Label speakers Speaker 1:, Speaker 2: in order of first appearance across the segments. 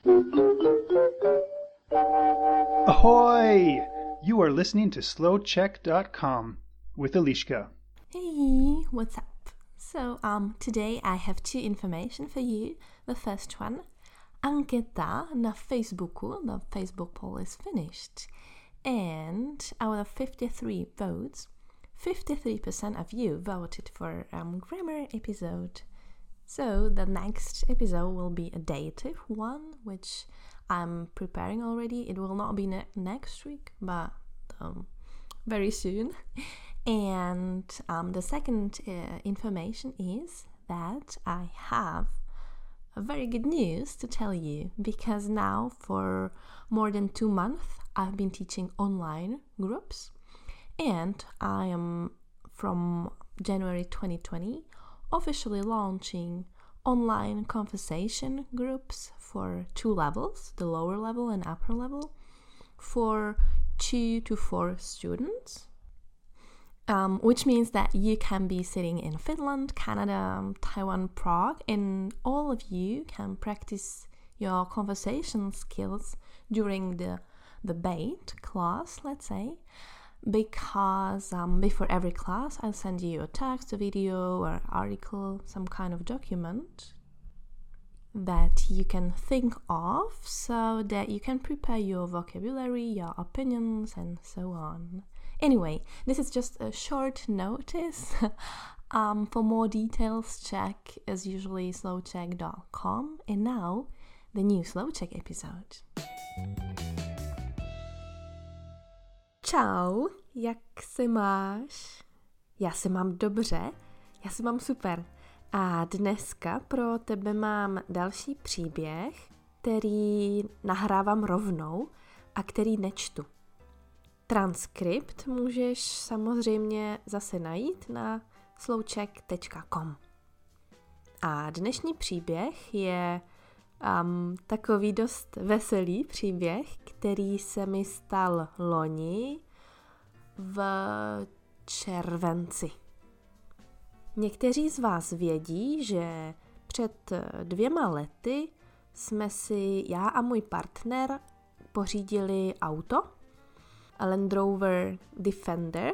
Speaker 1: Ahoy! You are listening to slowcheck.com with Eliška.
Speaker 2: Hey, what's up? So, today I have two information for you. The first one, anketa na Facebooku, the Facebook poll is finished. And out of 53 votes, 53% of you voted for grammar episode. So the next episode will be a dative one, which I'm preparing already. It will not be next week, but very soon. And the second information is that I have a very good news to tell you, because now for more than 2 months I've been teaching online groups, and I am from January 2020 officially launching online conversation groups for 2 levels, the lower level and upper level, for 2 to 4 students, which means that you can be sitting in Finland, Canada, Taiwan, Prague, and all of you can practice your conversation skills during the debate class, let's say, because before every class I'll send you a text, a video or article, some kind of document that you can think of so that you can prepare your vocabulary, your opinions and so on. Anyway, this is just a short notice. For more details, check as usually slowcheck.com. And now the new Slowcheck episode. Čau, jak se máš? Já se mám dobře, já se mám super. A dneska pro tebe mám další příběh, který nahrávám rovnou a který nečtu. Transkript můžeš samozřejmě zase najít na slowcheck.com. A dnešní příběh je takový dost veselý příběh, který se mi stal loni v červenci. Někteří z vás vědí, že před 2 lety jsme si já a můj partner pořídili auto, Land Rover Defender,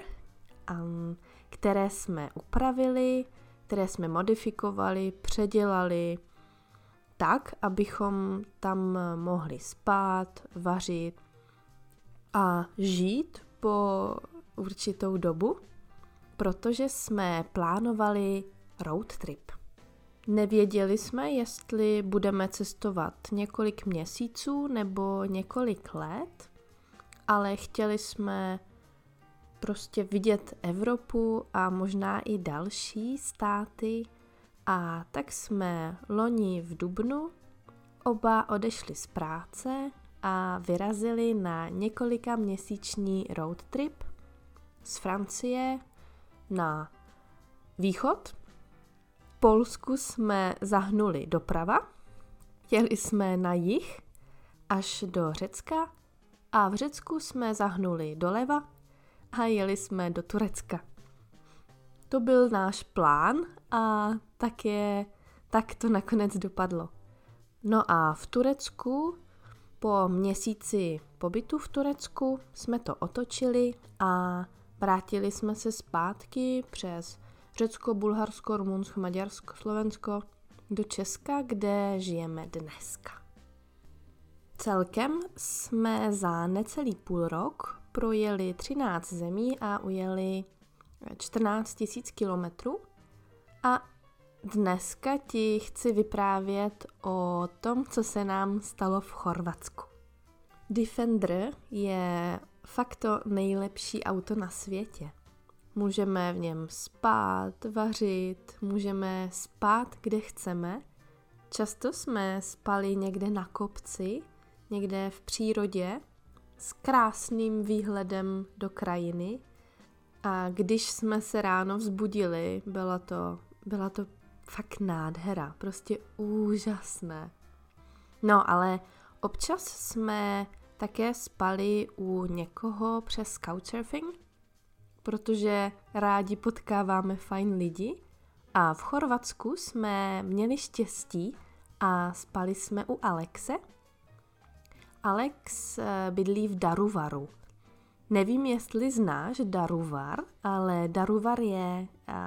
Speaker 2: které jsme upravili, které jsme modifikovali, předělali, tak, abychom tam mohli spát, vařit a žít po určitou dobu, protože jsme plánovali road trip. Nevěděli jsme, jestli budeme cestovat několik měsíců nebo několik let, ale chtěli jsme prostě vidět Evropu a možná i další státy. A tak jsme loni v dubnu oba odešli z práce a vyrazili na několika měsíční road trip z Francie na východ. V Polsku jsme zahnuli doprava, jeli jsme na jih až do Řecka a v Řecku jsme zahnuli doleva a jeli jsme do Turecka. To byl náš plán a tak to nakonec dopadlo. No a v Turecku, po měsíci pobytu v Turecku, jsme to otočili a vrátili jsme se zpátky přes Řecko, Bulharsko, Rumunsko, Maďarsko, Slovensko do Česka, kde žijeme dneska. Celkem jsme za necelý půl rok projeli 13 zemí a ujeli 14 000 kilometrů a dneska ti chci vyprávět o tom, co se nám stalo v Chorvatsku. Defender je fakt to nejlepší auto na světě. Můžeme v něm spát, vařit, můžeme spát, kde chceme. Často jsme spali někde na kopci, někde v přírodě, s krásným výhledem do krajiny. A když jsme se ráno vzbudili, byla to fakt nádhera, prostě úžasné. No, ale občas jsme také spali u někoho přes couchsurfing, protože rádi potkáváme fajn lidi. A v Chorvatsku jsme měli štěstí a spali jsme u Alexe, Alex bydlí v Daruvaru. Nevím, jestli znáš Daruvar, ale Daruvar je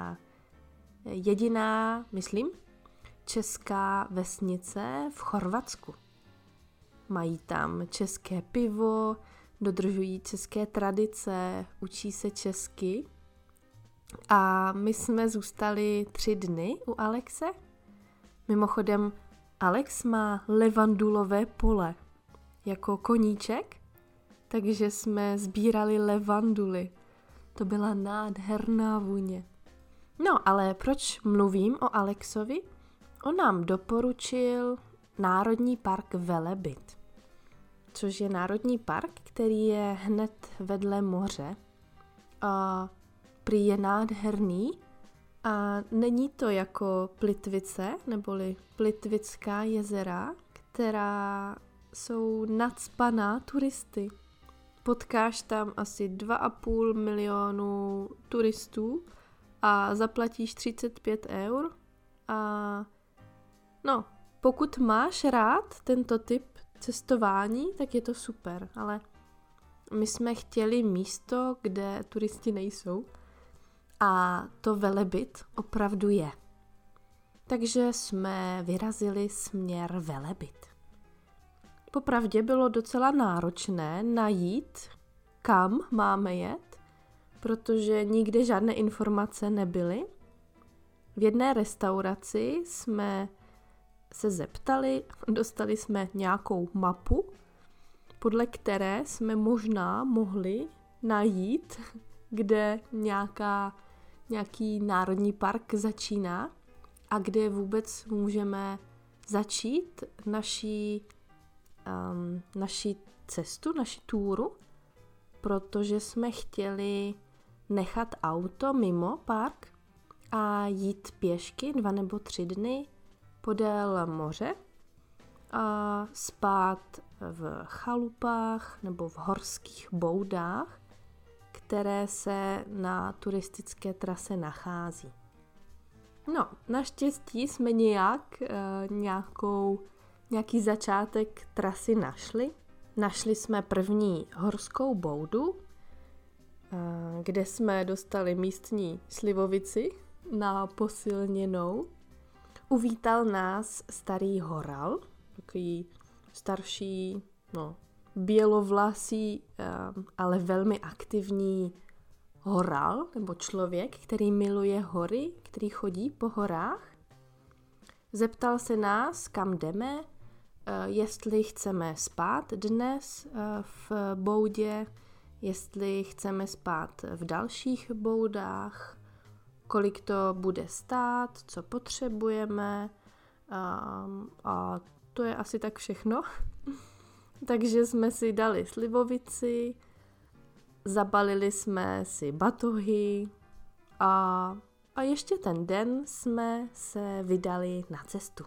Speaker 2: jediná, myslím, česká vesnice v Chorvatsku. Mají tam české pivo, dodržují české tradice, učí se česky. A my jsme zůstali 3 dny u Alexe. Mimochodem, Alex má levandulové pole jako koníček, takže jsme sbírali levanduly. To byla nádherná vůně. No, ale proč mluvím o Alexovi? On nám doporučil Národní park Velebit, což je národní park, který je hned vedle moře. A prý je nádherný a není to jako Plitvice, neboli Plitvická jezera, která jsou nacpaná turisty. Potkáš tam asi 2,5 milionu turistů a zaplatíš 35 eur. A no, pokud máš rád tento typ cestování, tak je to super, ale my jsme chtěli místo, kde turisti nejsou a to Velebit opravdu je. Takže jsme vyrazili směr Velebit. Popravdě bylo docela náročné najít, kam máme jet, protože nikde žádné informace nebyly. V jedné restauraci jsme se zeptali, dostali jsme nějakou mapu, podle které jsme možná mohli najít, kde nějaký národní park začíná a kde vůbec můžeme začít naši cestu, naši túru, protože jsme chtěli nechat auto mimo park a jít pěšky 2 nebo 3 dny podél moře a spát v chalupách nebo v horských boudách, které se na turistické trase nachází. No, naštěstí jsme nějaký začátek trasy našli. Našli jsme první horskou boudu, kde jsme dostali místní slivovici na posilněnou. Uvítal nás starý horal, takový starší, bělovlasý, ale velmi aktivní horal, nebo člověk, který miluje hory, který chodí po horách. Zeptal se nás, kam jdeme, jestli chceme spát dnes v boudě, jestli chceme spát v dalších boudách, kolik to bude stát, co potřebujeme a to je asi tak všechno. Takže jsme si dali slivovici, zabalili jsme si batohy a ještě ten den jsme se vydali na cestu.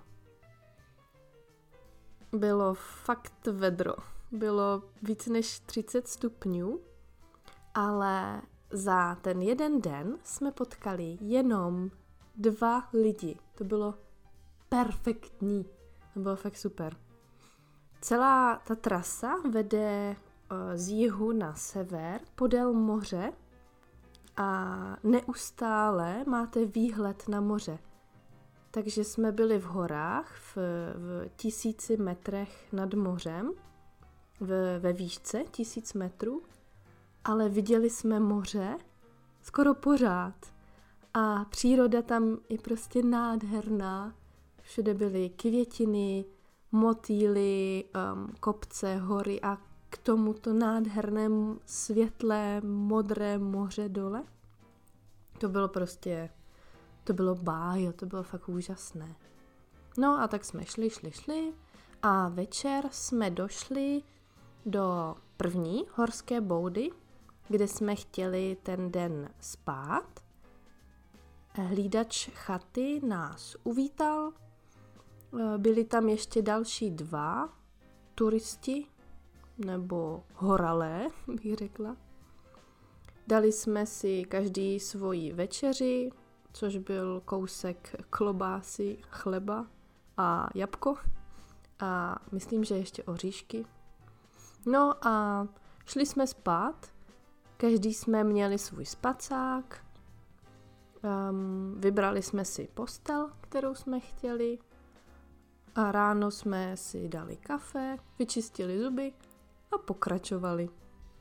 Speaker 2: Bylo fakt vedro, bylo víc než 30 stupňů, ale za ten jeden den jsme potkali jenom 2 lidi. To bylo perfektní, to bylo fakt super. Celá ta trasa vede z jihu na sever podél moře a neustále máte výhled na moře. Takže jsme byli v horách v 1000 metrech nad mořem, ve výšce 1000 metrů, ale viděli jsme moře skoro pořád. A příroda tam je prostě nádherná. Všude byly květiny, motýly, kopce, hory a k tomuto nádherném světlé modré moře dole. To bylo bájo, to bylo fakt úžasné. No a tak jsme šli a večer jsme došli do první horské boudy, kde jsme chtěli ten den spát. Hlídač chaty nás uvítal. Byli tam ještě další 2 turisti, nebo horalé, bych řekla. Dali jsme si každý svoji večeři, což byl kousek klobásy, chleba a jabko. A myslím, že ještě oříšky. No a šli jsme spát, každý jsme měli svůj spacák, vybrali jsme si postel, kterou jsme chtěli a ráno jsme si dali kafe, vyčistili zuby a pokračovali.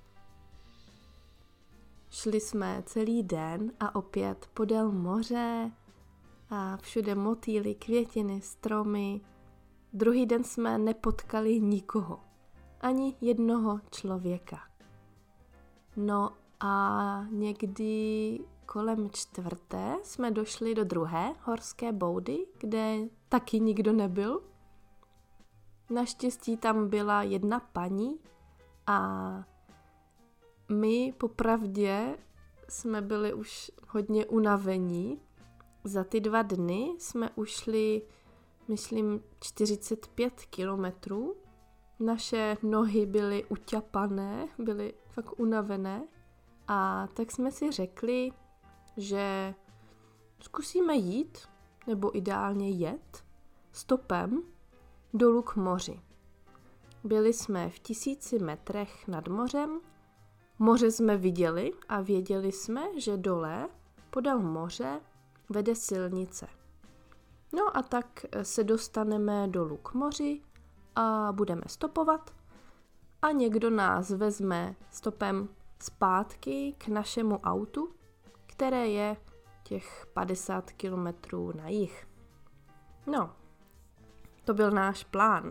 Speaker 2: Šli jsme celý den a opět podél moře a všude motýly, květiny, stromy. Druhý den jsme nepotkali nikoho, ani jednoho člověka. No a někdy kolem 4. jsme došli do druhé horské boudy, kde taky nikdo nebyl. Naštěstí tam byla jedna paní a my popravdě jsme byli už hodně unavení. Za ty 2 dny jsme ušli, myslím, 45 kilometrů. Naše nohy byly uťapané, byly fakt unavené a tak jsme si řekli, že zkusíme jít, nebo ideálně jet, stopem dolů k moři. Byli jsme v 1000 metrech nad mořem, moře jsme viděli a věděli jsme, že dole, podél moře, vede silnice. No a tak se dostaneme dolů k moři a budeme stopovat a někdo nás vezme stopem zpátky k našemu autu, které je těch 50 kilometrů na jih. No, to byl náš plán.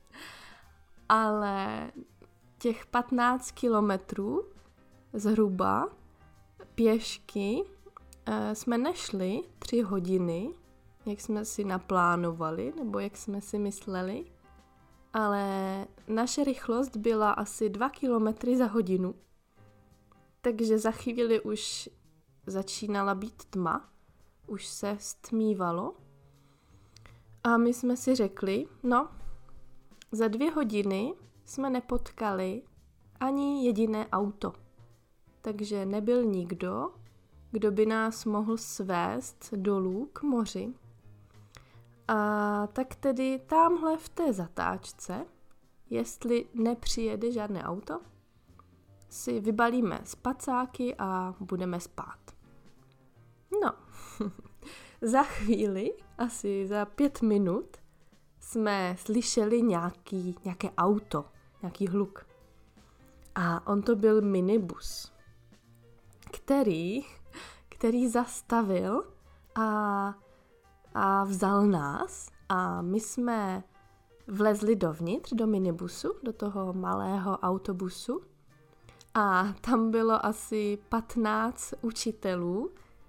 Speaker 2: Ale těch 15 kilometrů zhruba pěšky jsme nešli 3 hodiny, jak jsme si naplánovali, nebo jak jsme si mysleli, ale naše rychlost byla asi 2 kilometry za hodinu. Takže za chvíli už začínala být tma, už se stmívalo a my jsme si řekli, no, za 2 hodiny jsme nepotkali ani jediné auto, takže nebyl nikdo, kdo by nás mohl svést dolů k moři. A tak tedy tamhle v té zatáčce, jestli nepřijede žádné auto, si vybalíme spacáky a budeme spát. No, za chvíli, asi za 5 minut, jsme slyšeli nějaké auto, nějaký hluk. A on to byl minibus, který zastavil a vzal nás a my jsme vlezli dovnitř do minibusu, do toho malého autobusu a tam bylo asi 15 učitelů,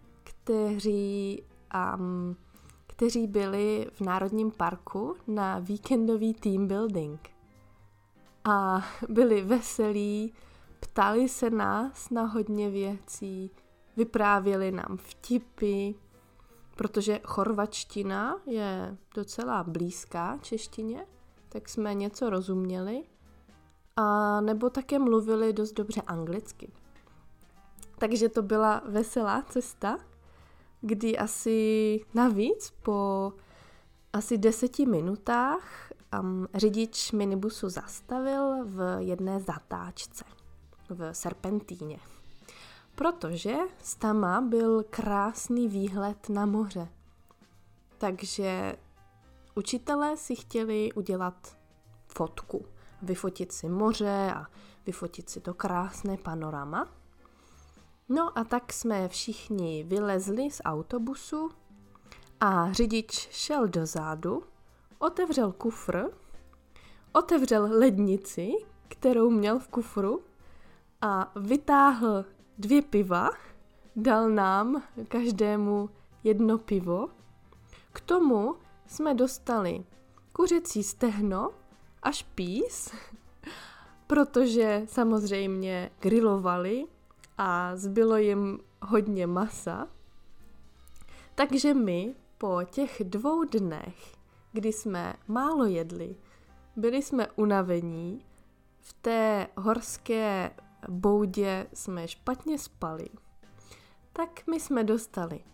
Speaker 2: kteří byli v Národním parku na víkendový team building. A byli veselí, ptali se nás na hodně věcí, vyprávěli nám vtipy, protože chorvačtina je docela blízká češtině, tak jsme něco rozuměli, a nebo také mluvili dost dobře anglicky. Takže to byla veselá cesta, kdy asi navíc po asi 10 minutách řidič minibusu zastavil v jedné zatáčce, v serpentíně. Protože z tama byl krásný výhled na moře. Takže učitelé si chtěli udělat fotku, vyfotit si moře a vyfotit si to krásné panorama. No a tak jsme všichni vylezli z autobusu a řidič šel dozadu, otevřel kufr, otevřel lednici, kterou měl v kufru a vytáhl 2 piva, dal nám každému 1 pivo. K tomu jsme dostali kuřecí stehno a špíz, protože samozřejmě grilovali a zbylo jim hodně masa. Takže my po těch 2 dnech, kdy jsme málo jedli, byli jsme unavení, v té horské boudě jsme špatně spali, tak my jsme dostali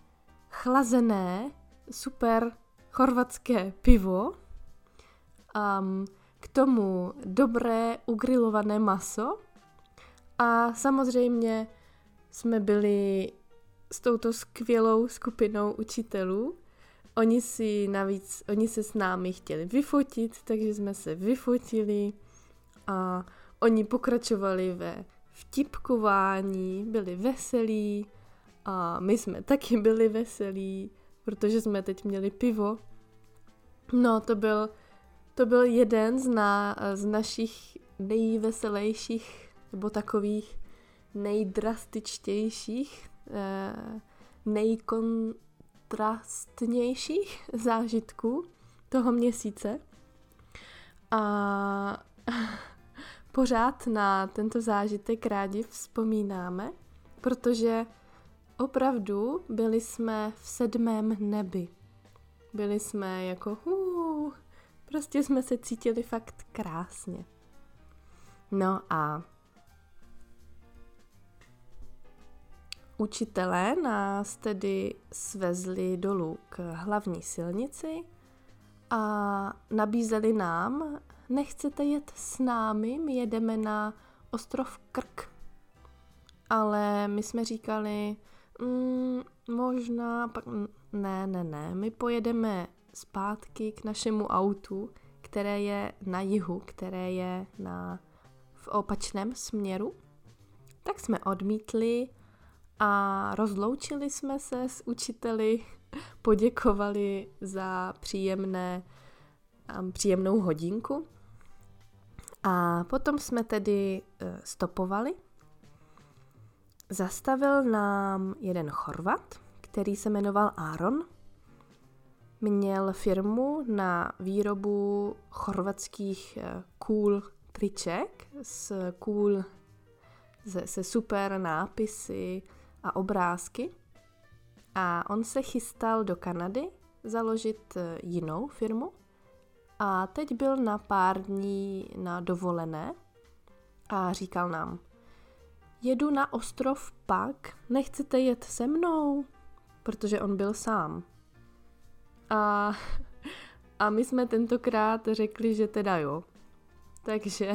Speaker 2: chlazené, super chorvatské pivo, k tomu dobré ugrilované maso a samozřejmě jsme byli s touto skvělou skupinou učitelů. Oni se s námi chtěli vyfotit, takže jsme se vyfotili a oni pokračovali ve vtipkování, byli veselí a my jsme taky byli veselí, protože jsme teď měli pivo. No, to byl jeden z našich nejveselějších nebo takových nejdrastičtějších, nejkontrastnějších zážitků toho měsíce. A pořád na tento zážitek rádi vzpomínáme, protože opravdu byli jsme v 7. nebi. Byli jsme jako prostě jsme se cítili fakt krásně. No a učitelé nás tedy svezli dolů k hlavní silnici a nabízeli nám, nechcete jet s námi, my jedeme na ostrov Krk. Ale my jsme říkali, možná, pak ne, my pojedeme zpátky k našemu autu, které je na jihu, které je v opačném směru. Tak jsme odmítli a rozloučili jsme se s učiteli, poděkovali za příjemnou hodinku a potom jsme tedy stopovali. Zastavil nám jeden Chorvat, který se jmenoval Áron. Měl firmu na výrobu chorvatských cool triček se super nápisy a obrázky. A on se chystal do Kanady založit jinou firmu a teď byl na pár dní na dovolené a říkal nám, jedu na ostrov Pak, nechcete jet se mnou? Protože on byl sám. A my jsme tentokrát řekli, že teda jo. Takže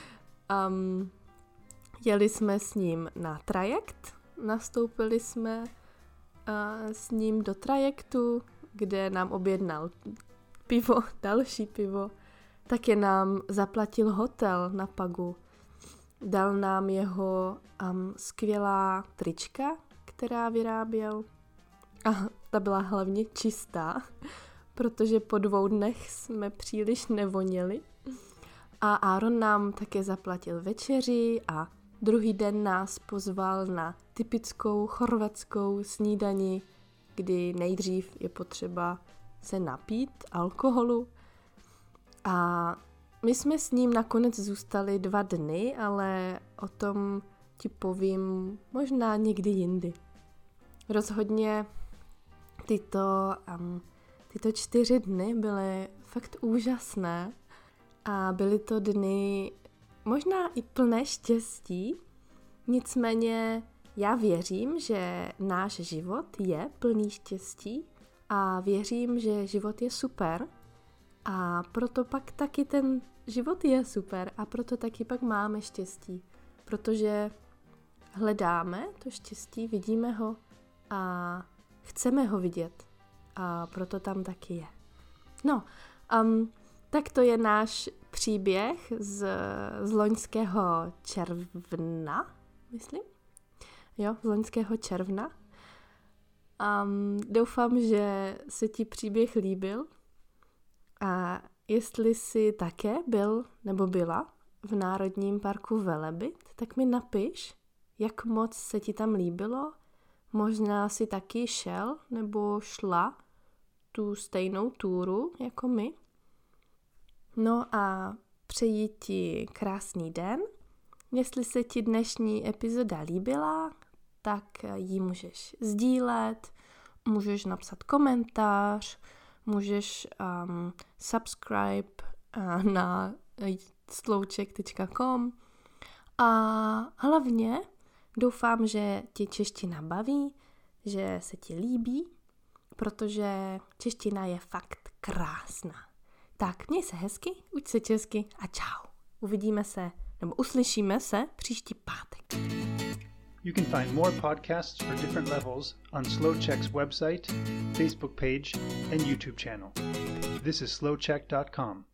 Speaker 2: jeli jsme s ním na trajekt, nastoupili jsme s ním do trajektu, kde nám objednal pivo, další pivo. Také nám zaplatil hotel na Pagu. Dal nám jeho skvělá trička, která vyráběl. A ta byla hlavně čistá, protože po 2 dnech jsme příliš nevonili. A Áron nám také zaplatil večeři a druhý den nás pozval na typickou chorvatskou snídani, kdy nejdřív je potřeba se napít alkoholu. A my jsme s ním nakonec zůstali 2 dny, ale o tom ti povím možná někdy jindy. Rozhodně tyto 4 dny byly fakt úžasné a byly to dny možná i plné štěstí, nicméně já věřím, že náš život je plný štěstí a věřím, že život je super a proto pak taky ten život je super a proto taky pak máme štěstí, protože hledáme to štěstí, vidíme ho a chceme ho vidět a proto tam taky je. No, tak to je náš příběh z loňského června, myslím. Jo, z loňského června. Doufám, že se ti příběh líbil a jestli jsi také byl nebo byla v Národním parku Velebit, tak mi napiš, jak moc se ti tam líbilo. Možná si taky šel nebo šla tu stejnou túru jako my. No a přeji ti krásný den. Jestli se ti dnešní epizoda líbila, tak ji můžeš sdílet, můžeš napsat komentář, můžeš subscribe na slouček.com a hlavně doufám, že ti čeština baví, že se ti líbí, protože čeština je fakt krásná. Tak měj se hezky, uč se česky a čau. Uvidíme se, nebo uslyšíme se příští pátek.
Speaker 1: You can find more podcasts for different levels on Slow Check's website, Facebook page, and YouTube channel. This is slowcheck.com.